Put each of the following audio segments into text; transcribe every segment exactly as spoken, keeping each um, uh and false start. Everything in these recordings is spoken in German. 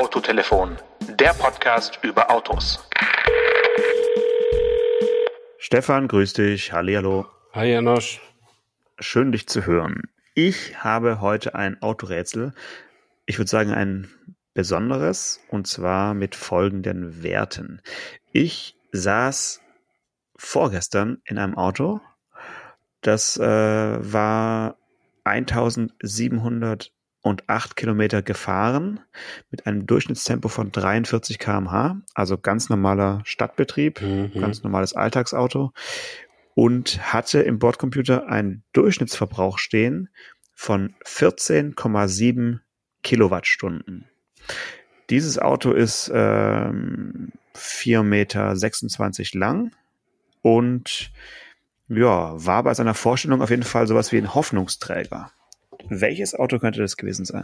Autotelefon, der Podcast über Autos. Stefan, grüß dich. Hallihallo. Hi Janosch. Schön, dich zu hören. Ich habe heute ein Autorätsel. Ich würde sagen, ein besonderes, und zwar mit folgenden Werten. Ich saß vorgestern in einem Auto, das äh, war eintausendsiebenhundertacht Kilometer gefahren mit einem Durchschnittstempo von dreiundvierzig Kilometer pro Stunde, also ganz normaler Stadtbetrieb, mhm. ganz normales Alltagsauto, und hatte im Bordcomputer einen Durchschnittsverbrauch stehen von vierzehn Komma sieben Kilowattstunden. Dieses Auto ist ähm, vier Komma sechsundzwanzig Meter lang und ja, war bei seiner Vorstellung auf jeden Fall sowas wie ein Hoffnungsträger. Welches Auto könnte das gewesen sein?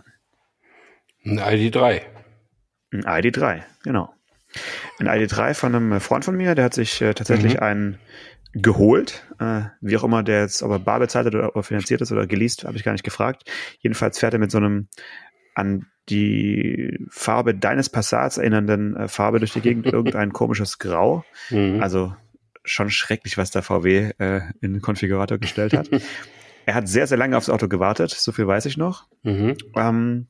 Ein I D drei. Ein I D drei, genau. Ein I D drei von einem Freund von mir, der hat sich äh, tatsächlich mhm. einen geholt. Äh, wie auch immer der jetzt, ob er bar bezahlt hat oder ob er finanziert ist oder geleast, habe ich gar nicht gefragt. Jedenfalls fährt er mit so einem an die Farbe deines Passats erinnernden äh, Farbe durch die Gegend, irgendein komisches Grau. Mhm. Also schon schrecklich, was der V W äh, in den Konfigurator gestellt hat. Er hat sehr, sehr lange aufs Auto gewartet, so viel weiß ich noch. Mhm. Ähm,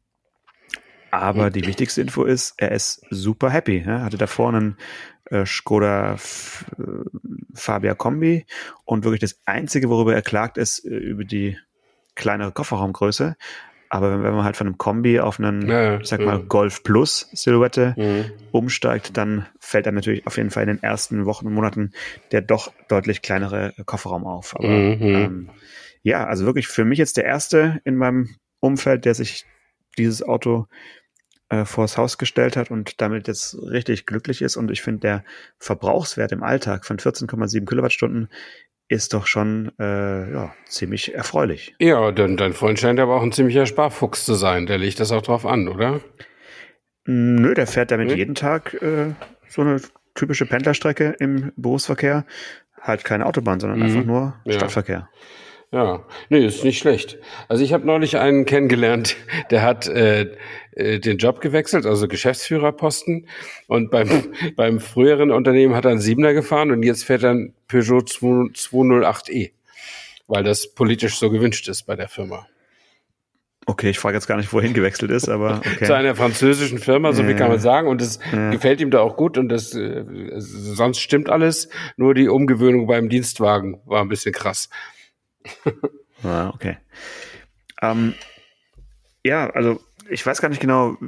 aber die wichtigste Info ist, er ist super happy. Er hatte davor einen äh, Skoda F- äh, Fabia Kombi und wirklich das Einzige, worüber er klagt, ist äh, über die kleinere Kofferraumgröße. Aber wenn, wenn man halt von einem Kombi auf einen, ja, ich sag mal, ja. Golf Plus Silhouette mhm. umsteigt, dann fällt einem natürlich auf jeden Fall in den ersten Wochen und Monaten der doch deutlich kleinere Kofferraum auf. Aber mhm. ähm, ja, also wirklich für mich jetzt der erste in meinem Umfeld, der sich dieses Auto äh, vors Haus gestellt hat und damit jetzt richtig glücklich ist. Und ich finde, der Verbrauchswert im Alltag von vierzehn Komma sieben Kilowattstunden ist doch schon äh, ja, ziemlich erfreulich. Ja, denn dein Freund scheint aber auch ein ziemlicher Sparfuchs zu sein. Der legt das auch drauf an, oder? Nö, der fährt damit hm? jeden Tag äh, so eine typische Pendlerstrecke im Berufsverkehr. Halt keine Autobahn, sondern mhm. einfach nur ja. Stadtverkehr. Ja, nee, ist nicht schlecht. Also ich habe neulich einen kennengelernt, der hat äh, äh, den Job gewechselt, also Geschäftsführerposten, und beim beim früheren Unternehmen hat er einen Siebener gefahren und jetzt fährt er einen Peugeot zweihundertacht e, weil das politisch so gewünscht ist bei der Firma. Okay, ich frage jetzt gar nicht, wohin gewechselt ist, aber okay. Zu einer französischen Firma, so ja. wie kann man sagen, und es ja. gefällt ihm da auch gut und das äh, sonst stimmt alles, nur die Umgewöhnung beim Dienstwagen war ein bisschen krass. Ah, okay. Ähm, ja, also ich weiß gar nicht genau,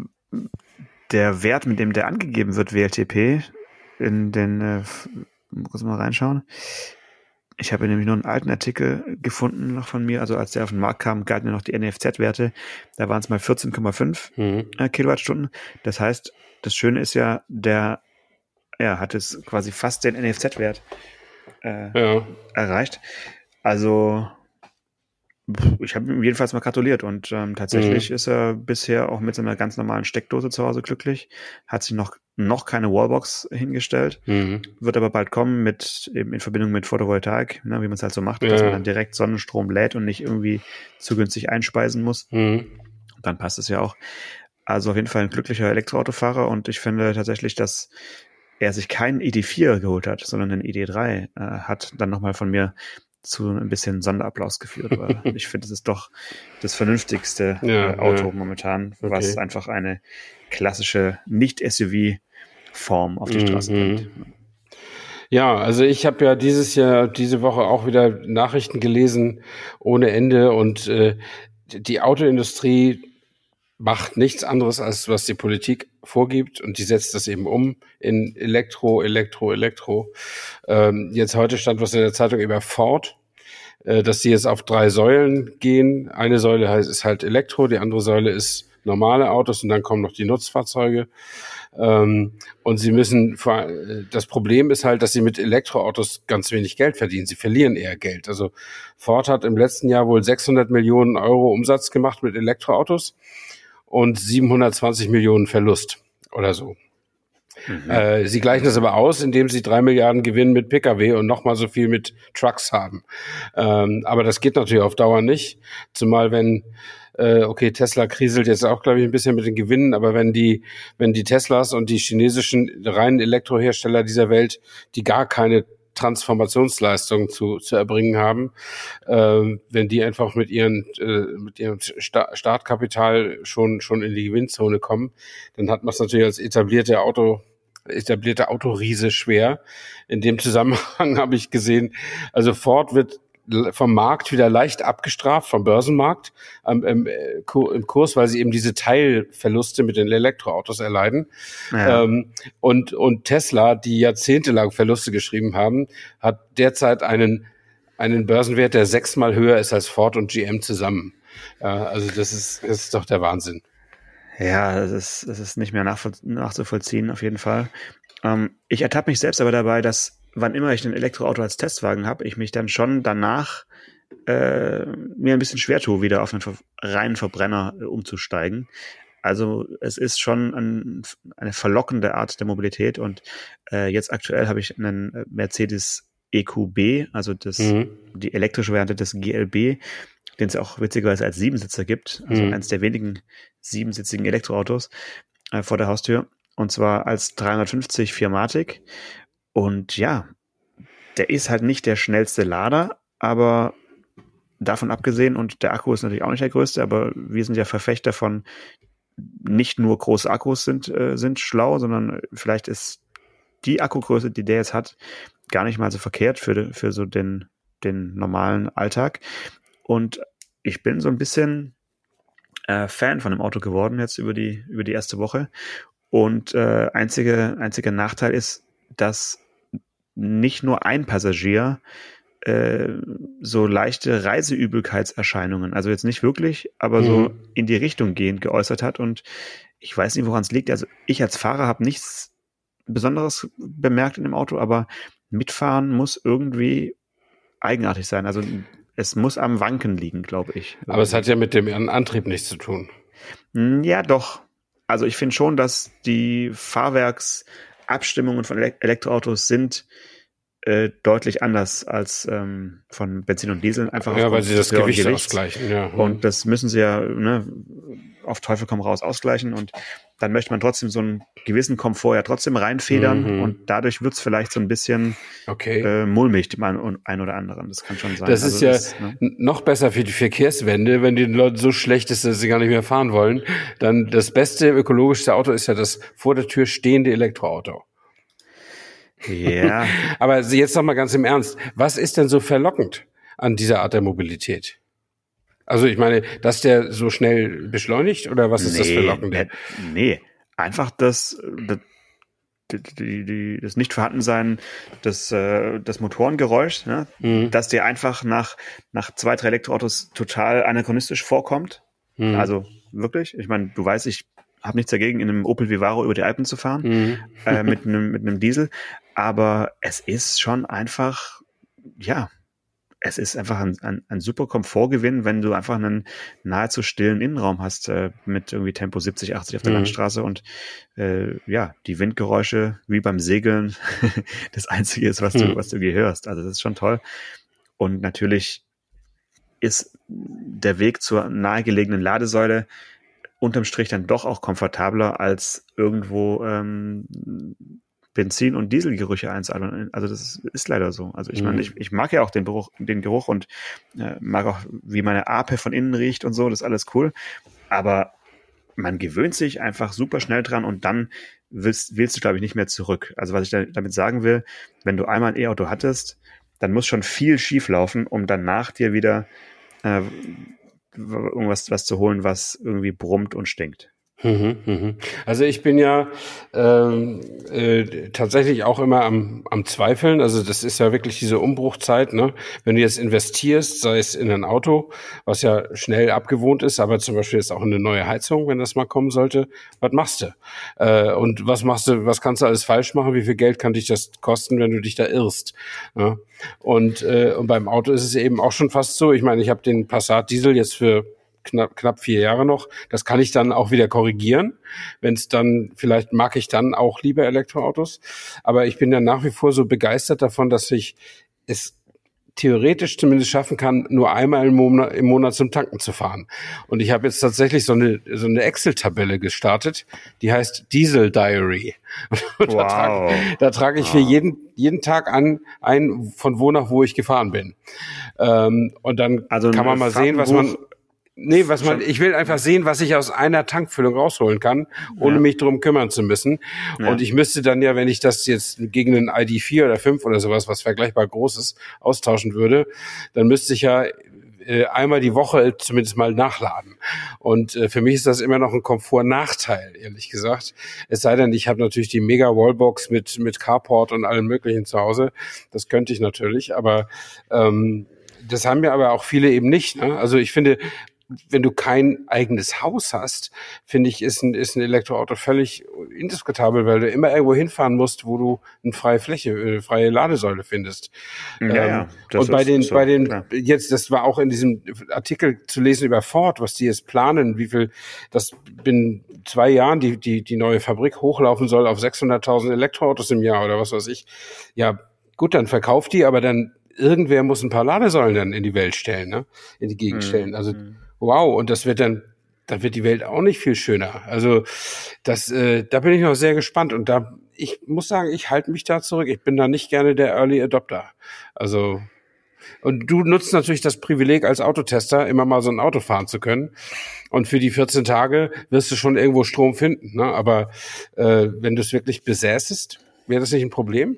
der Wert, mit dem der angegeben wird, W L T P, in den, äh, muss mal reinschauen. Ich habe nämlich nur einen alten Artikel gefunden noch von mir, also als der auf den Markt kam, galten ja noch die N E F Z-Werte, da waren es mal vierzehn Komma fünf mhm. Kilowattstunden. Das heißt, das Schöne ist ja, der ja, hat es quasi fast den N E F Z-Wert äh, ja. erreicht. Also, ich habe ihm jedenfalls mal gratuliert und ähm, tatsächlich mhm. ist er bisher auch mit seiner ganz normalen Steckdose zu Hause glücklich, hat sich noch, noch keine Wallbox hingestellt, mhm. wird aber bald kommen mit eben in Verbindung mit Photovoltaik, ne, wie man es halt so macht, ja. dass man dann direkt Sonnenstrom lädt und nicht irgendwie zu günstig einspeisen muss. Mhm. Dann passt es ja auch. Also auf jeden Fall ein glücklicher Elektroautofahrer und ich finde tatsächlich, dass er sich keinen I D vier geholt hat, sondern einen I D drei äh, hat dann nochmal von mir zu ein bisschen Sonderapplaus geführt, weil ich finde, es ist doch das vernünftigste ja, äh, Auto ja. momentan, okay. was einfach eine klassische Nicht-S U V-Form auf die mhm. Straße bringt. Ja, also ich habe ja dieses Jahr, diese Woche auch wieder Nachrichten gelesen ohne Ende und äh, die Autoindustrie macht nichts anderes, als was die Politik vorgibt und die setzt das eben um in Elektro, Elektro, Elektro. Ähm, jetzt heute stand was in der Zeitung über Ford, äh, dass sie jetzt auf drei Säulen gehen. Eine Säule heißt, ist halt Elektro, die andere Säule ist normale Autos und dann kommen noch die Nutzfahrzeuge. Ähm, und sie müssen, das Problem ist halt, dass sie mit Elektroautos ganz wenig Geld verdienen. Sie verlieren eher Geld. Also Ford hat im letzten Jahr wohl sechshundert Millionen Euro Umsatz gemacht mit Elektroautos und siebenhundertzwanzig Millionen Verlust oder so. Mhm. Äh, sie gleichen das aber aus, indem sie drei Milliarden Gewinn mit Pkw und nochmal so viel mit Trucks haben. Ähm, aber das geht natürlich auf Dauer nicht. Zumal wenn, äh, okay, Tesla kriselt jetzt auch, glaube ich, ein bisschen mit den Gewinnen, aber wenn die, wenn die Teslas und die chinesischen reinen Elektrohersteller dieser Welt, die gar keine Transformationsleistungen zu, zu erbringen haben, äh, wenn die einfach mit ihren, äh, mit ihrem Sta- Startkapital schon, schon in die Gewinnzone kommen, dann hat man es natürlich als etablierte Auto, etablierte Autoriese schwer. In dem Zusammenhang habe ich gesehen, also Ford wird vom Markt wieder leicht abgestraft, vom Börsenmarkt ähm, im, im Kurs, weil sie eben diese Teilverluste mit den Elektroautos erleiden. Ja. Ähm, und, und Tesla, die jahrzehntelang Verluste geschrieben haben, hat derzeit einen, einen Börsenwert, der sechsmal höher ist als Ford und G M zusammen. Ja, also das ist, das ist doch der Wahnsinn. Ja, das ist, das ist nicht mehr nachvoll- nachzuvollziehen, auf jeden Fall. Ähm, ich ertappe mich selbst aber dabei, dass wann immer ich ein Elektroauto als Testwagen habe, ich mich dann schon danach äh, mir ein bisschen schwer tue, wieder auf einen ver- reinen Verbrenner äh, umzusteigen. Also es ist schon ein, eine verlockende Art der Mobilität und äh, jetzt aktuell habe ich einen Mercedes E Q B, also das mhm. die elektrische Variante des G L B, den es auch witzigerweise als Siebensitzer gibt, also mhm. eines der wenigen siebensitzigen Elektroautos äh, vor der Haustür, und zwar als dreihundertfünfzig Firmatic. Und ja, der ist halt nicht der schnellste Lader, aber davon abgesehen, und der Akku ist natürlich auch nicht der größte, aber wir sind ja Verfechter von nicht nur große Akkus sind, äh, sind schlau, sondern vielleicht ist die Akkugröße, die der jetzt hat, gar nicht mal so verkehrt für, für so den, den normalen Alltag. Und ich bin so ein bisschen äh, Fan von dem Auto geworden jetzt über die, über die erste Woche. Und äh, einzige, einziger Nachteil ist, dass nicht nur ein Passagier äh, so leichte Reiseübelkeitserscheinungen, also jetzt nicht wirklich, aber mhm. so in die Richtung gehend geäußert hat. Und ich weiß nicht, woran es liegt. Also ich als Fahrer habe nichts Besonderes bemerkt in dem Auto, aber mitfahren muss irgendwie eigenartig sein. Also es muss am Wanken liegen, glaube ich. Aber es hat ja mit dem Antrieb nichts zu tun. Ja, doch. Also ich finde schon, dass die Fahrwerksabstimmungen von Elektroautos sind äh, deutlich anders als ähm, von Benzin und Diesel. Einfach ja, weil sie das Gewicht ausgleichen. Ja. Und das müssen sie ja ne, auf Teufel komm raus ausgleichen. Und dann möchte man trotzdem so einen gewissen Komfort ja trotzdem reinfedern. Mhm. Und dadurch wird es vielleicht so ein bisschen okay. äh, mulmig, dem einen oder anderen. Das kann schon sein. Das ist also, ja das, ne? noch besser für die Verkehrswende, wenn die Leute so schlecht ist, dass sie gar nicht mehr fahren wollen. Dann das beste, ökologischste Auto ist ja das vor der Tür stehende Elektroauto. Ja. Aber jetzt noch mal ganz im Ernst. Was ist denn so verlockend an dieser Art der Mobilität? Also ich meine, dass der so schnell beschleunigt oder was ist nee, das Verlockende? Nee, einfach das, das, die, die, das Nicht-Vorhandensein des, des Motorengeräuschs, ne? Mhm. Dass der einfach nach, nach zwei, drei Elektroautos total anachronistisch vorkommt. Mhm. Also wirklich. Ich meine, du weißt, ich habe nichts dagegen, in einem Opel Vivaro über die Alpen zu fahren, mhm. äh, mit einem mit einem Diesel. Aber es ist schon einfach, ja, es ist einfach ein, ein, ein super Komfortgewinn, wenn du einfach einen nahezu stillen Innenraum hast, äh, mit irgendwie Tempo siebzig, achtzig auf der mhm. Landstraße und äh, ja, die Windgeräusche wie beim Segeln das Einzige ist, was du, mhm. was du gehörst. Also das ist schon toll. Und natürlich ist der Weg zur nahegelegenen Ladesäule unterm Strich dann doch auch komfortabler als irgendwo ähm, Benzin- und Dieselgerüche einzuatmen. Also das ist, ist leider so. Also ich mhm. meine, ich, ich mag ja auch den Geruch, den Geruch und äh, mag auch, wie meine Ape von innen riecht und so, das ist alles cool. Aber man gewöhnt sich einfach super schnell dran und dann willst, willst du, glaube ich, nicht mehr zurück. Also was ich da, damit sagen will, wenn du einmal ein E-Auto hattest, dann muss schon viel schief laufen, um danach dir wieder äh, irgendwas was zu holen, was irgendwie brummt und stinkt. Also ich bin ja ähm, äh, tatsächlich auch immer am, am Zweifeln. Also das ist ja wirklich diese Umbruchzeit, ne? Wenn du jetzt investierst, sei es in ein Auto, was ja schnell abgewohnt ist, aber zum Beispiel jetzt auch in eine neue Heizung, wenn das mal kommen sollte, was machst du? Äh, und was machst du, was kannst du alles falsch machen? Wie viel Geld kann dich das kosten, wenn du dich da irrst? Ja? Und, äh, und beim Auto ist es eben auch schon fast so. Ich meine, ich habe den Passat Diesel jetzt für knapp, knapp vier Jahre noch. Das kann ich dann auch wieder korrigieren, wenn es dann, vielleicht mag ich dann auch lieber Elektroautos. Aber ich bin dann nach wie vor so begeistert davon, dass ich es theoretisch zumindest schaffen kann, nur einmal im Monat, im Monat zum Tanken zu fahren. Und ich habe jetzt tatsächlich so eine so eine Excel-Tabelle gestartet, die heißt Diesel Diary. Und wow. Da trage, da trage ich wow. für jeden jeden Tag an ein, von wo nach wo ich gefahren bin. Ähm, und dann also kann man mal sehen, was man Nee, was man, ich will einfach sehen, was ich aus einer Tankfüllung rausholen kann, ohne ja. mich drum kümmern zu müssen. Ja. Und ich müsste dann ja, wenn ich das jetzt gegen einen I D vier oder fünf oder sowas, was vergleichbar Großes, austauschen würde, dann müsste ich ja äh, einmal die Woche zumindest mal nachladen. Und äh, für mich ist das immer noch ein Komfortnachteil, ehrlich gesagt. Es sei denn, ich habe natürlich die Mega-Wallbox mit mit Carport und allem Möglichen zu Hause. Das könnte ich natürlich, aber ähm, das haben ja aber auch viele eben nicht. Ne? Also ich finde, wenn du kein eigenes Haus hast, finde ich, ist ein, ist ein Elektroauto völlig indiskutabel, weil du immer irgendwo hinfahren musst, wo du eine freie Fläche, eine freie Ladesäule findest. Ja, ähm, ja, das und bei ist den, so, bei den, klar. Jetzt, das war auch in diesem Artikel zu lesen über Ford, was die jetzt planen, wie viel, das bin zwei Jahren die, die, die neue Fabrik hochlaufen soll auf sechshunderttausend Elektroautos im Jahr oder was weiß ich. Ja, gut, dann verkauft die, aber dann irgendwer muss ein paar Ladesäulen dann in die Welt stellen, ne? In die Gegend stellen. Also, wow, und das wird dann, dann wird die Welt auch nicht viel schöner. Also, das, äh, da bin ich noch sehr gespannt. Und da, ich muss sagen, ich halte mich da zurück. Ich bin da nicht gerne der Early Adopter. Also, und du nutzt natürlich das Privileg als Autotester, immer mal so ein Auto fahren zu können. Und für die vierzehn Tage wirst du schon irgendwo Strom finden, ne? Aber, äh, wenn du es wirklich besäßest, wäre das nicht ein Problem?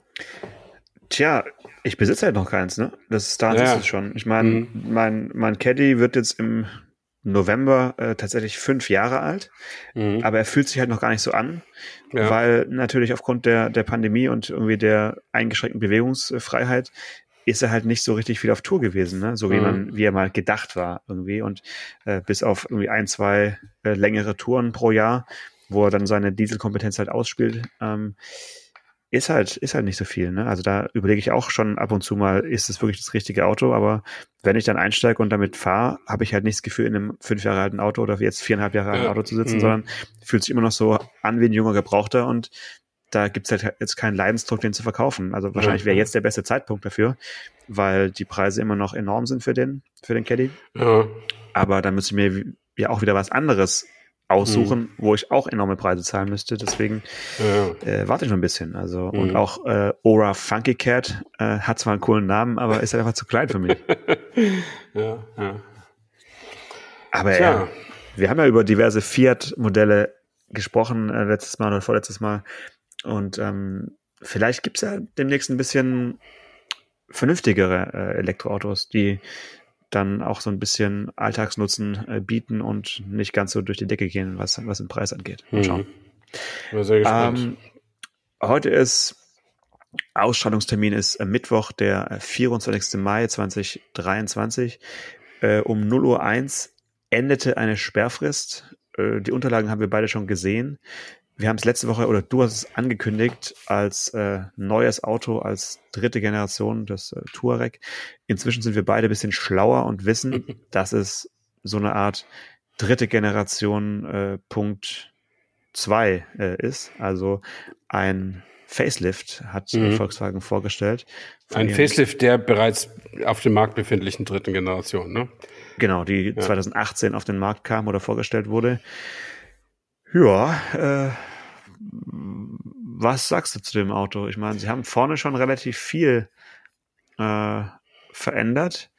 Tja, ich besitze halt noch keins, ne? Das da Ja. ist es schon. Ich meine, Mhm. mein mein Caddy wird jetzt im November äh, tatsächlich fünf Jahre alt, Mhm. aber er fühlt sich halt noch gar nicht so an, Ja. weil natürlich aufgrund der der Pandemie und irgendwie der eingeschränkten Bewegungsfreiheit ist er halt nicht so richtig viel auf Tour gewesen, ne? So wie Mhm. man wie er mal gedacht war irgendwie und äh, bis auf irgendwie ein, zwei äh, längere Touren pro Jahr, wo er dann seine Dieselkompetenz halt ausspielt, ähm, Ist halt, ist halt nicht so viel, ne? Also da überlege ich auch schon ab und zu mal, ist es wirklich das richtige Auto? Aber wenn ich dann einsteige und damit fahre, habe ich halt nicht das Gefühl, in einem fünf Jahre alten Auto oder jetzt viereinhalb Jahre alten Ja. Auto zu sitzen, Mhm. sondern fühlt sich immer noch so an wie ein junger Gebrauchter und da gibt's halt jetzt keinen Leidensdruck, den zu verkaufen. Also wahrscheinlich wäre jetzt der beste Zeitpunkt dafür, weil die Preise immer noch enorm sind für den, für den Caddy. Ja. Aber dann müsste ich mir ja auch wieder was anderes aussuchen, mhm. wo ich auch enorme Preise zahlen müsste. Deswegen Ja. äh, warte ich noch ein bisschen. Also Mhm. und auch äh, Ora Funky Cat äh, hat zwar einen coolen Namen, aber ist halt einfach zu klein für mich. Ja, ja. Aber Tja. ja, wir haben ja über diverse Fiat-Modelle gesprochen, äh, letztes Mal oder vorletztes Mal. Und ähm, vielleicht gibt's ja demnächst ein bisschen vernünftigere äh, Elektroautos, die dann auch so ein bisschen Alltagsnutzen äh, bieten und nicht ganz so durch die Decke gehen, was, was den Preis angeht. Mal schauen. Ich bin sehr gespannt. Ähm, heute ist, Ausstrahlungstermin ist äh, Mittwoch, der vierundzwanzigsten Mai zweitausenddreiundzwanzig. Äh, um null Uhr eins endete eine Sperrfrist. Äh, die Unterlagen haben wir beide schon gesehen. Wir haben es letzte Woche, oder du hast es angekündigt, als äh, neues Auto, als dritte Generation, das äh, Touareg. Inzwischen sind wir beide ein bisschen schlauer und wissen, dass es so eine Art dritte Generation äh, Punkt zwei äh, ist. Also ein Facelift hat Mhm. Volkswagen vorgestellt. Von Ein ihrem- Facelift der bereits auf dem Markt befindlichen dritten Generation, ne? Genau, die Ja. zweitausendachtzehn auf den Markt kam oder vorgestellt wurde. Ja, äh, was sagst du zu dem Auto? Ich meine, sie haben vorne schon relativ viel äh, verändert,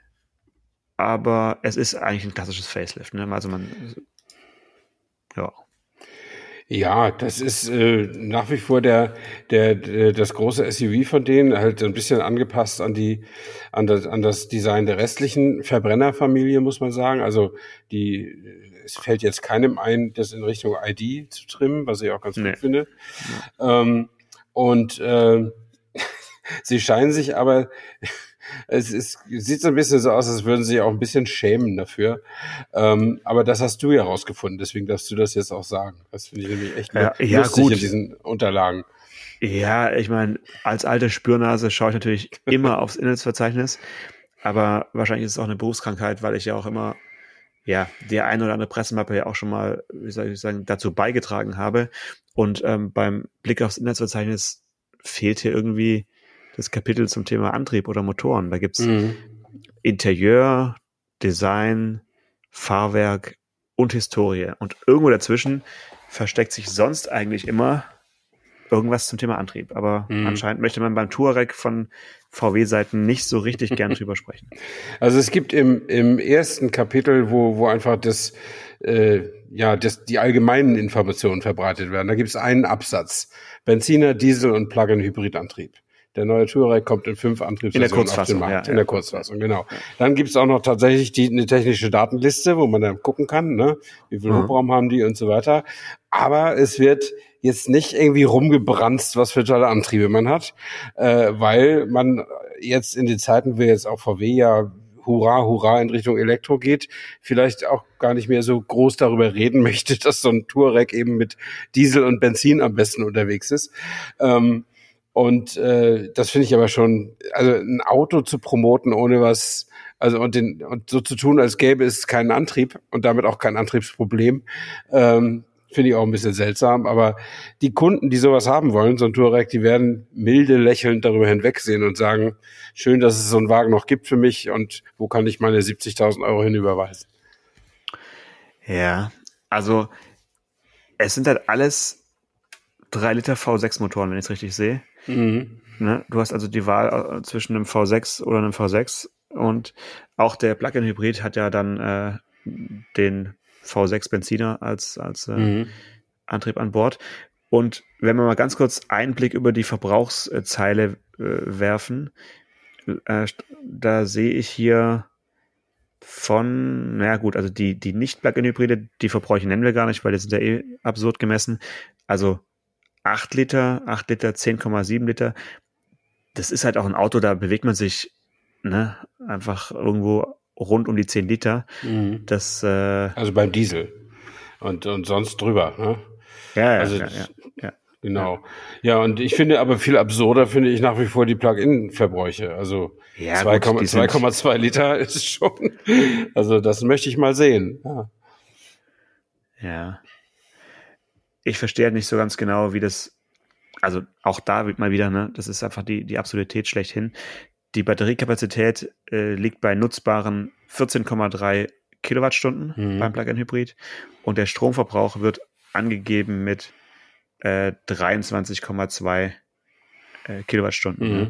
aber es ist eigentlich ein klassisches Facelift, ne? Also man, ja. Ja, das ist äh, nach wie vor der, der, der das große S U V von denen, halt ein bisschen angepasst an die an das, an das Design der restlichen Verbrennerfamilie, muss man sagen. Also die es fällt jetzt keinem ein, das in Richtung I D zu trimmen, was ich auch ganz Nee. gut finde. Ähm, und äh, sie scheinen sich aber es ist, sieht so ein bisschen so aus, als würden sie sich auch ein bisschen schämen dafür. Ähm, aber das hast du ja rausgefunden, deswegen darfst du das jetzt auch sagen. Das finde ich nämlich echt Ja, lustig ja, gut. in diesen Unterlagen. Ja, ich meine, als alte Spürnase schaue ich natürlich immer aufs Inhaltsverzeichnis, aber wahrscheinlich ist es auch eine Berufskrankheit, weil ich ja auch immer ja, die eine oder andere Pressemappe ja auch schon mal, wie soll ich sagen, dazu beigetragen habe. Und ähm, beim Blick aufs Inhaltsverzeichnis fehlt hier irgendwie das Kapitel zum Thema Antrieb oder Motoren. Da gibt's mhm. Interieur, Design, Fahrwerk und Historie. Und irgendwo dazwischen versteckt sich sonst eigentlich immer irgendwas zum Thema Antrieb. Aber mhm. anscheinend möchte man beim Touareg von V W-Seiten nicht so richtig gern drüber sprechen. Also es gibt im, im ersten Kapitel, wo, wo einfach das, äh, ja, das, die allgemeinen Informationen verbreitet werden. Da gibt es einen Absatz. Benziner, Diesel und Plug-in-Hybridantrieb. Der neue Touareg kommt in fünf Antriebsversionen auf den Markt. Ja, in der Kurzfassung, genau. Dann gibt es auch noch tatsächlich die, eine technische Datenliste, wo man dann gucken kann, ne, wie viel mhm. Hubraum haben die und so weiter. Aber es wird jetzt nicht irgendwie rumgebranzt, was für tolle Antriebe man hat, äh, weil man jetzt in den Zeiten, wo jetzt auch V W ja hurra, hurra in Richtung Elektro geht, vielleicht auch gar nicht mehr so groß darüber reden möchte, dass so ein Touareg eben mit Diesel und Benzin am besten unterwegs ist. Ähm, Und äh, das finde ich aber schon, also ein Auto zu promoten, ohne was, also und den und so zu tun, als gäbe es keinen Antrieb und damit auch kein Antriebsproblem, ähm, finde ich auch ein bisschen seltsam. Aber die Kunden, die sowas haben wollen, so ein Touareg, die werden milde lächelnd darüber hinwegsehen und sagen, schön, dass es so einen Wagen noch gibt für mich und wo kann ich meine siebzigtausend Euro hinüberweisen? Ja, also es sind halt alles drei Liter V sechs Motoren, wenn ich es richtig sehe. Mhm. Ne? Du hast also die Wahl zwischen einem V sechs oder einem V sechs und auch der Plug-in-Hybrid hat ja dann äh, den V sechs Benziner als, als äh, mhm. Antrieb an Bord. Und wenn wir mal ganz kurz einen Blick über die Verbrauchszeile äh, werfen, äh, da sehe ich hier von, naja gut, also die, die Nicht-Plug-in-Hybride, die Verbräuche nennen wir gar nicht, weil die sind ja eh absurd gemessen. Also acht Liter, acht Liter, zehn Komma sieben Liter. Das ist halt auch ein Auto, da bewegt man sich ne, einfach irgendwo rund um die zehn Liter. Mhm. Das, äh, also beim Diesel. Und, und sonst drüber, ne? Ja, ja, also, ja, ja, ja. Genau. Ja, und ich finde aber viel absurder finde ich nach wie vor die Plug-in-Verbräuche. Also ja, zwei Komma zwei Liter ist schon, also das möchte ich mal sehen. Ja. Ja. Ich verstehe halt nicht so ganz genau, wie das, also auch da mal wieder, ne, das ist einfach die, die Absurdität schlechthin. Die Batteriekapazität äh, liegt bei nutzbaren vierzehn Komma drei Kilowattstunden mhm. beim Plug-in-Hybrid und der Stromverbrauch wird angegeben mit äh, dreiundzwanzig Komma zwei äh, Kilowattstunden. Mhm. Ne?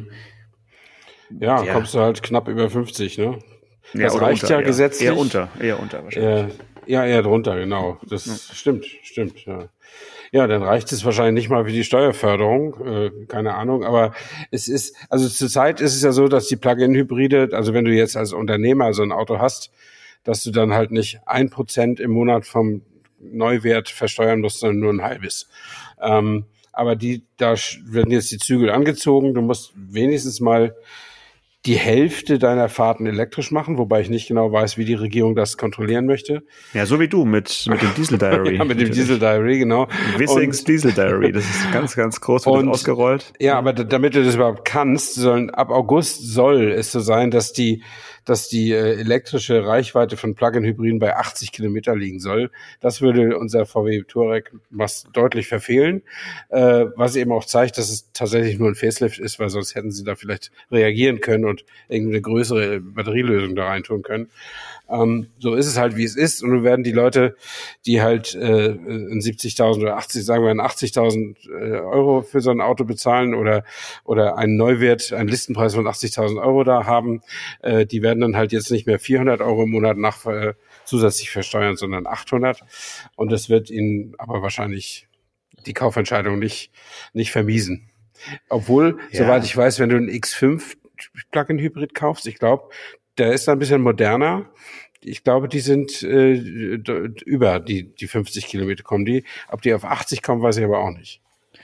Ja, ja, kommst du halt knapp über fünfzig, ne? Das ja, reicht unter, ja gesetzlich. Eher unter, eher unter wahrscheinlich. Äh, ja, eher drunter, genau. Das ja. stimmt, stimmt, ja. Ja, dann reicht es wahrscheinlich nicht mal für die Steuerförderung, äh, keine Ahnung, aber es ist, also zurzeit ist es ja so, dass die Plug-in-Hybride, also wenn du jetzt als Unternehmer so ein Auto hast, dass du dann halt nicht ein Prozent im Monat vom Neuwert versteuern musst, sondern nur ein halbes. Ähm, aber die, da werden jetzt die Zügel angezogen, du musst wenigstens mal die Hälfte deiner Fahrten elektrisch machen, wobei ich nicht genau weiß, wie die Regierung das kontrollieren möchte. Ja, so wie du mit, mit dem Diesel Diary. Ja, mit dem Diesel Diary, genau. Wissings Diesel Diary, das ist ganz, ganz groß, wird und, ausgerollt. Ja, aber damit du das überhaupt kannst, sollen, ab August soll es so sein, dass die, dass die äh, elektrische Reichweite von Plug-in-Hybriden bei achtzig Kilometer liegen soll. Das würde unser V W Touareg was deutlich verfehlen, äh, was eben auch zeigt, dass es tatsächlich nur ein Facelift ist, weil sonst hätten sie da vielleicht reagieren können und irgendeine größere Batterielösung da reintun können. Ähm, so ist es halt, wie es ist. Und nun werden die Leute, die halt äh, in siebzigtausend oder achtzig, sagen wir in achtzigtausend äh, Euro für so ein Auto bezahlen oder oder einen Neuwert, einen Listenpreis von achtzigtausend Euro da haben, äh, die werden dann halt jetzt nicht mehr vierhundert Euro im Monat nach äh, zusätzlich versteuern, sondern achthundert. Und das wird ihnen aber wahrscheinlich die Kaufentscheidung nicht nicht vermiesen. Obwohl, ja. Soweit ich weiß, wenn du einen X fünf Plug-in-Hybrid kaufst, ich glaube, der ist ein bisschen moderner. Ich glaube, die sind äh, über die die fünfzig Kilometer kommen die. Ob die auf achtzig kommen, weiß ich aber auch nicht.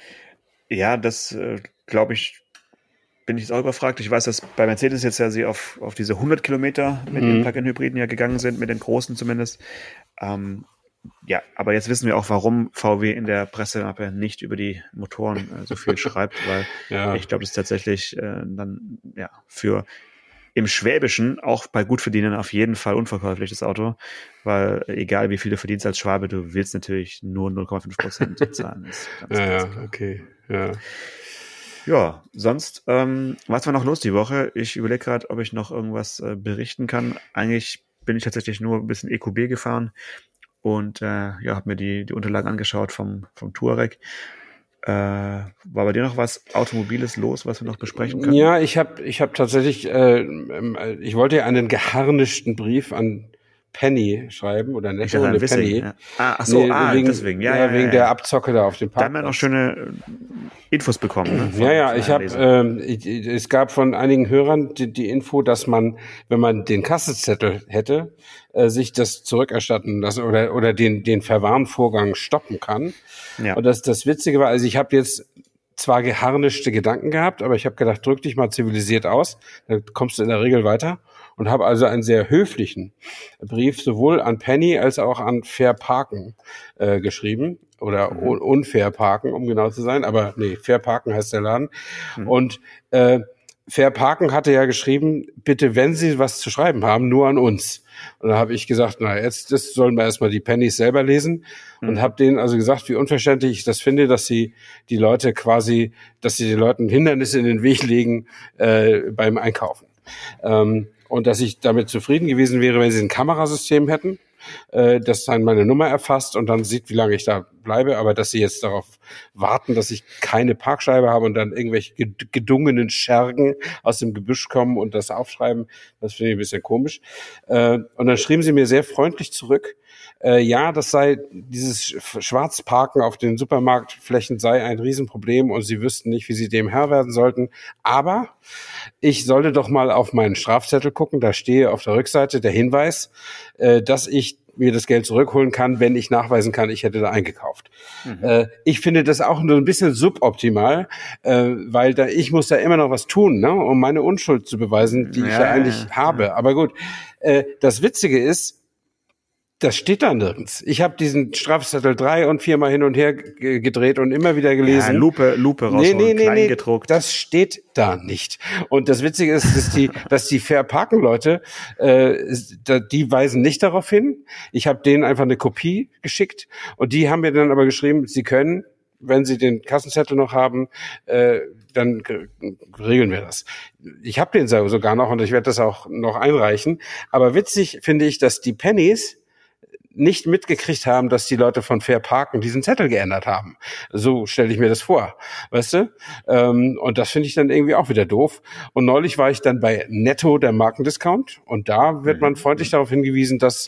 Ja, das äh, glaube ich, bin ich jetzt auch überfragt. Ich weiß, dass bei Mercedes jetzt ja sie auf auf diese hundert Kilometer mit mhm. den Plug-in-Hybriden ja gegangen sind, mit den großen zumindest. Ähm, ja, aber jetzt wissen wir auch, warum V W in der Pressemappe nicht über die Motoren äh, so viel schreibt, weil ja. ich glaube, das ist tatsächlich äh, dann ja für im Schwäbischen auch bei Gutverdienern auf jeden Fall unverkäuflich, das Auto, weil egal wie viel du verdienst als Schwabe, du willst natürlich nur null Komma fünf Prozent zahlen. Ist ganz, ja, ganz ja, klar. okay, ja. Ja, sonst, ähm, was war noch los die Woche? Ich überlege gerade, ob ich noch irgendwas äh, berichten kann. Eigentlich bin ich tatsächlich nur ein bisschen E Q B gefahren und äh, ja, habe mir die, die Unterlagen angeschaut vom, vom Touareg. Äh, war bei dir noch was Automobiles los, was wir noch besprechen können? Ja, ich habe ich hab tatsächlich, äh, ich wollte ja einen geharnischten Brief an Penny schreiben oder Netto dachte, eine Wissing, Penny. Ja. Ah, ach so, nee, ah, wegen, deswegen. Ja, ja, ja, wegen ja, der ja. Abzocke da auf dem Da haben wir Parkplatz. noch schöne äh, Infos bekommen. Ne, von, ja, ja, von ich habe, ähm, ich, es gab von einigen Hörern die, die Info, dass man, wenn man den Kassenzettel hätte, äh, sich das zurückerstatten lassen oder oder den den Verwarnvorgang stoppen kann. Ja. Und das das Witzige war, also ich habe jetzt zwar geharnischte Gedanken gehabt, aber ich habe gedacht, drück dich mal zivilisiert aus, dann kommst du in der Regel weiter. Und habe also einen sehr höflichen Brief sowohl an Penny als auch an Fair Parken äh, geschrieben. Oder un- unfair parken, um genau zu sein. Aber nee, Fair Parken heißt der Laden. Mhm. Und äh, Fair Parken hatte ja geschrieben, bitte, wenn Sie was zu schreiben haben, nur an uns. Und da habe ich gesagt, na jetzt, das sollen wir erstmal die Pennys selber lesen. Und Mhm. habe denen also gesagt, wie unverständlich ich das finde, dass sie die Leute quasi, dass sie den Leuten Hindernisse in den Weg legen äh, beim Einkaufen. Ähm, und dass ich damit zufrieden gewesen wäre, wenn sie ein Kamerasystem hätten, äh, das dann meine Nummer erfasst und dann sieht, wie lange ich da bleibe, aber dass sie jetzt darauf warten, dass ich keine Parkscheibe habe und dann irgendwelche ged- gedungenen Schergen aus dem Gebüsch kommen und das aufschreiben, das finde ich ein bisschen komisch. Äh, und dann schrieben sie mir sehr freundlich zurück, äh, ja, das sei, dieses Sch- Schwarzparken auf den Supermarktflächen sei ein Riesenproblem und sie wüssten nicht, wie sie dem Herr werden sollten, aber ich sollte doch mal auf meinen Strafzettel gucken, da stehe auf der Rückseite der Hinweis, äh, dass ich mir das Geld zurückholen kann, wenn ich nachweisen kann, ich hätte da eingekauft. Mhm. Äh, ich finde das auch nur ein bisschen suboptimal, äh, weil da ich muss da immer noch was tun, ne, um meine Unschuld zu beweisen, die ja, ich ja eigentlich ja, habe. Ja. Aber gut, äh, das Witzige ist, das steht da nirgends. Ich habe diesen Strafzettel drei und viermal hin und her g- gedreht und immer wieder gelesen. Ja, Lupe, Lupe rausholen, nee, nee, nee, klein nee, gedruckt. das steht da nicht. Und das Witzige ist, dass die, dass die Fair Parken Leute, äh, die weisen nicht darauf hin. Ich habe denen einfach eine Kopie geschickt und die haben mir dann aber geschrieben, sie können, wenn sie den Kassenzettel noch haben, äh, dann g- regeln wir das. Ich habe den sogar noch und ich werde das auch noch einreichen. Aber witzig finde ich, dass die Pennys nicht mitgekriegt haben, dass die Leute von Fair Parken diesen Zettel geändert haben. So stelle ich mir das vor, weißt du? Ähm, und das finde ich dann irgendwie auch wieder doof. Und neulich war ich dann bei Netto, der Markendiscount, und da wird man freundlich darauf hingewiesen, dass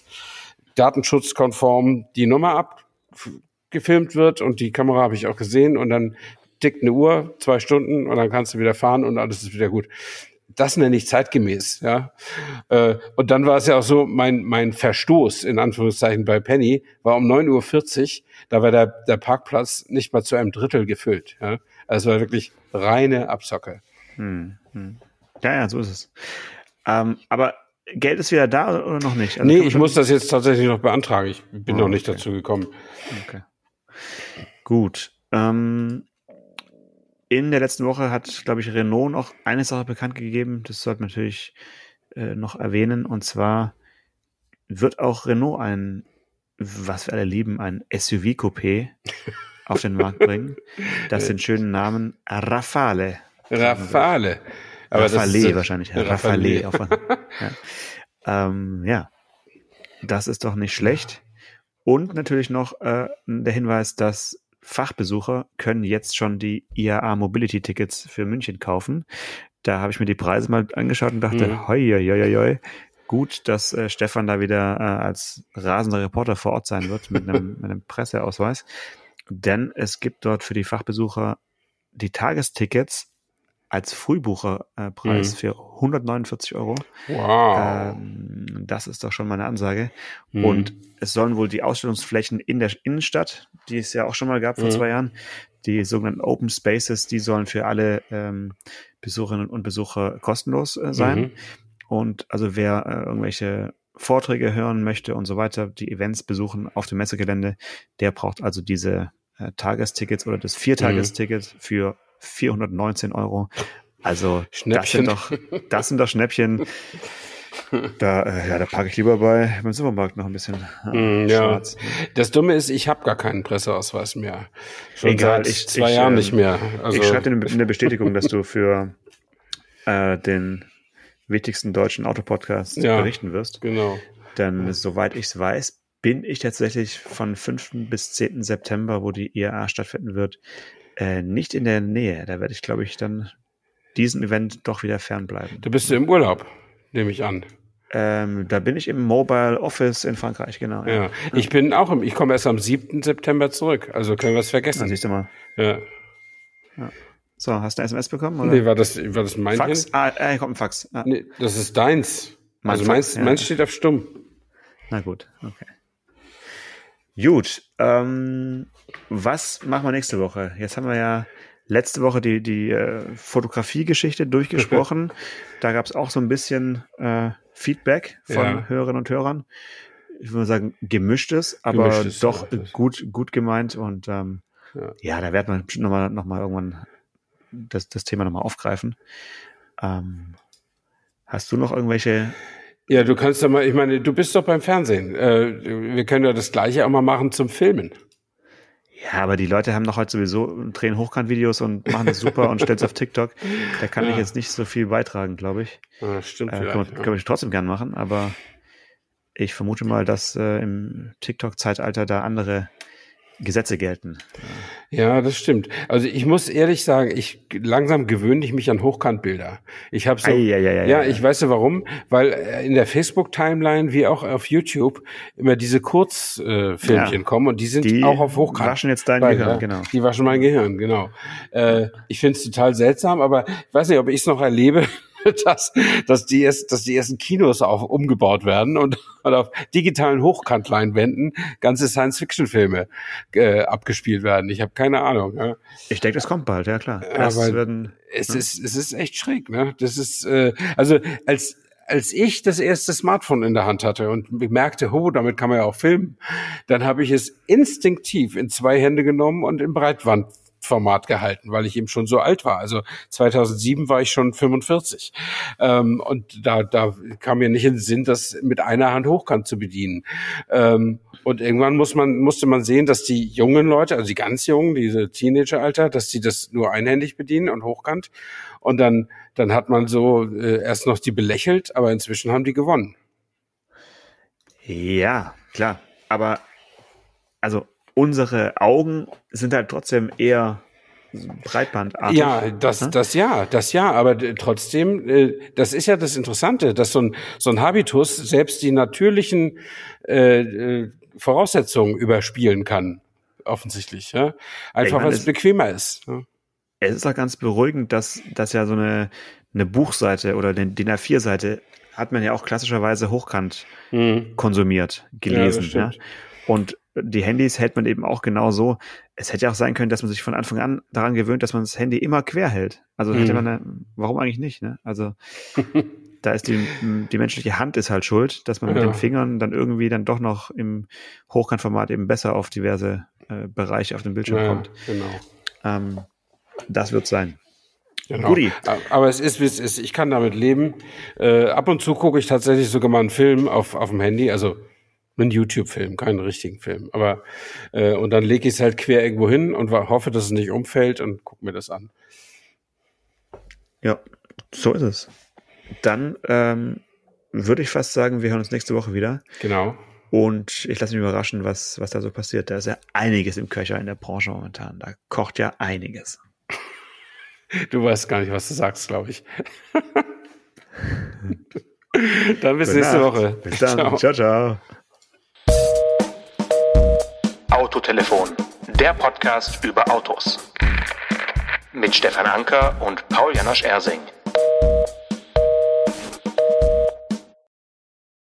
datenschutzkonform die Nummer abgefilmt wird und die Kamera habe ich auch gesehen und dann tickt eine Uhr, zwei Stunden und dann kannst du wieder fahren und alles ist wieder gut. Das nenne ich zeitgemäß, ja. Äh, und dann war es ja auch so, mein mein Verstoß, in Anführungszeichen, bei Penny war um neun Uhr vierzig, da war der der Parkplatz nicht mal zu einem Drittel gefüllt, ja. Also es war wirklich reine Abzocke. Hm, hm. Ja, ja, so ist es. Ähm, aber Geld ist wieder da oder noch nicht? Also nee, kann man ich schon- muss das jetzt tatsächlich noch beantragen. Ich bin Oh, noch nicht okay. dazu gekommen. Okay. Gut. Ähm, in der letzten Woche hat, glaube ich, Renault noch eine Sache bekannt gegeben. Das sollte man natürlich äh, noch erwähnen. Und zwar wird auch Renault ein, was wir alle lieben, ein S U V-Coupé auf den Markt bringen. Das sind schönen Namen Rafale. Rafale. Aber das Rafale ist, äh, wahrscheinlich. Ja, Rafale. Rafale. Auf, ja. Ähm, ja, das ist doch nicht schlecht. Und natürlich noch äh, der Hinweis, dass Fachbesucher können jetzt schon die I A A Mobility Tickets für München kaufen. Da habe ich mir die Preise mal angeschaut und dachte, Mhm. hoi, hoi, hoi, hoi. Gut, dass äh, Stefan da wieder äh, als rasender Reporter vor Ort sein wird mit einem, mit einem Presseausweis. Denn es gibt dort für die Fachbesucher die Tagestickets als Frühbucherpreis Mhm. für hundertneunundvierzig Euro. Wow. Ähm, das ist doch schon mal eine Ansage. Mhm. Und es sollen wohl die Ausstellungsflächen in der Innenstadt, die es ja auch schon mal gab vor Mhm. zwei Jahren, die sogenannten Open Spaces, die sollen für alle ähm, Besucherinnen und Besucher kostenlos äh, sein. Mhm. Und also wer äh, irgendwelche Vorträge hören möchte und so weiter, die Events besuchen auf dem Messegelände, der braucht also diese äh, Tagestickets oder das Viertagesticket für vierhundertneunzehn Euro. Also das sind doch, das sind doch Schnäppchen. Da, äh, ja, da packe ich lieber bei beim Supermarkt noch ein bisschen äh, mm, schwarz. Ja. Das Dumme ist, ich habe gar keinen Presseausweis mehr. Schon Egal, seit ich, zwei ich, Jahren äh, nicht mehr. Also, ich schreibe dir eine Bestätigung, dass du für äh, den wichtigsten deutschen Autopodcast ja, berichten wirst. Genau. Denn soweit ich es weiß, bin ich tatsächlich von fünften bis zehnten September, wo die I A A stattfinden wird, äh, nicht in der Nähe. Da werde ich, glaube ich, dann diesem Event doch wieder fernbleiben. Da bist du im Urlaub, nehme ich an. Ähm, da bin ich im Mobile Office in Frankreich, genau. Ja, ja. Ich bin auch im, ich komme erst am siebten September zurück, also können wir es vergessen. Na, siehst du mal. Ja. Ja. So, hast du eine S M S bekommen? Oder? Nee, war das, war das mein Fax? Kind? Ah, äh, kommt ein Fax. Ah. Nee, das ist deins. Mein also Fax, meins, ja. meins steht auf stumm. Na gut, okay. Gut, ähm, was machen wir nächste Woche? Jetzt haben wir ja letzte Woche die, die äh, Fotografie-Geschichte durchgesprochen. Da gab es auch so ein bisschen äh, Feedback von Ja. Hörerinnen und Hörern. Ich würde sagen, gemischtes, aber Gemischtes, doch ja. gut, gut gemeint. Und ähm, Ja. ja, da werden wir bestimmt nochmal noch mal irgendwann das, das Thema nochmal aufgreifen. Ähm, hast du noch irgendwelche... Ja, du kannst doch mal, ich meine, du bist doch beim Fernsehen. Äh, wir können ja das Gleiche auch mal machen zum Filmen. Ja, aber die Leute haben doch heute sowieso, drehen Hochkant-Videos und machen das super und stellen es auf TikTok. Da kann Ja. ich jetzt nicht so viel beitragen, glaube ich. Ja, stimmt Äh, vielleicht. kann, man, kann ich trotzdem gern machen, aber ich vermute mal, dass äh, im TikTok-Zeitalter da andere Gesetze gelten. Ja, das stimmt. Also ich muss ehrlich sagen, ich langsam gewöhne ich mich an Hochkantbilder. Ich habe so, Ei, ei, ei, ei, ja, ei. ich weiß ja warum, weil äh, in der Facebook-Timeline wie auch auf YouTube immer diese Kurzfilmchen Ja. kommen und die sind Die auch auf Hochkant. waschen jetzt dein Beide, Gehirn, ja. genau. Die waschen mein Gehirn, genau. Äh, ich finde es total seltsam, aber ich weiß nicht, ob ich es noch erlebe, dass, dass, die erst, dass die ersten Kinos auf, umgebaut werden und, und auf digitalen Hochkantleinwänden ganze Science-Fiction-Filme äh, abgespielt werden. Ich habe keine Ahnung. Ja. Ich denke, das kommt bald, ja klar. Aber Das werden, Es ne? ist, es ist echt schräg, ne? Das ist, äh, also als als ich das erste Smartphone in der Hand hatte und merkte, oh, damit kann man ja auch filmen, dann habe ich es instinktiv in zwei Hände genommen und im Breitbandformat gehalten, weil ich eben schon so alt war. Also zweitausendsieben war ich schon fünfundvierzig. Ähm, und da, da kam mir nicht in den Sinn, das mit einer Hand hochkant zu bedienen. Ähm, und irgendwann muss man, musste man sehen, dass die jungen Leute, also die ganz Jungen, diese Teenageralter, dass die das nur einhändig bedienen und hochkant. Und dann, dann hat man so äh, erst noch die belächelt, aber inzwischen haben die gewonnen. Ja, klar. Aber also unsere Augen sind halt trotzdem eher breitbandartig. Ja, das, ne? das ja, das ja, aber d- trotzdem, äh, das ist ja das Interessante, dass so ein, so ein Habitus selbst die natürlichen äh, äh, Voraussetzungen überspielen kann, offensichtlich. Ja? Einfach, Ich meine, weil es es- bequemer ist. Ja? Es ist auch ganz beruhigend, dass, dass ja so eine, eine Buchseite oder eine D I N A vier Seite hat man ja auch klassischerweise hochkant Mhm. konsumiert, gelesen. das Ja, stimmt. Und die Handys hält man eben auch genau so. Es hätte ja auch sein können, dass man sich von Anfang an daran gewöhnt, dass man das Handy immer quer hält. Also hätte Mhm. man, da, warum eigentlich nicht? Ne? Also da ist die, die menschliche Hand ist halt schuld, dass man mit Ja. den Fingern dann irgendwie dann doch noch im Hochkantformat eben besser auf diverse äh, Bereiche auf dem Bildschirm Ja, kommt. genau. Ähm, das wird sein. Genau. Guti. Aber es ist, wie es ist. Ich kann damit leben. Äh, ab und zu gucke ich tatsächlich sogar mal einen Film auf, auf dem Handy, also einen YouTube-Film, keinen richtigen Film. Aber äh, und dann lege ich es halt quer irgendwo hin und wa- hoffe, dass es nicht umfällt und gucke mir das an. Ja, so ist es. Dann ähm, würde ich fast sagen, wir hören uns nächste Woche wieder. Genau. Und ich lasse mich überraschen, was, was da so passiert. Da ist ja einiges im Köcher in der Branche momentan. Da kocht ja einiges. Du weißt gar nicht, was du sagst, glaube ich. Dann bis Gute nächste Nacht. Woche. Bis dann. Ciao. Ciao, ciao. Autotelefon, der Podcast über Autos. Mit Stefan Anker und Paul Janosch Ersing.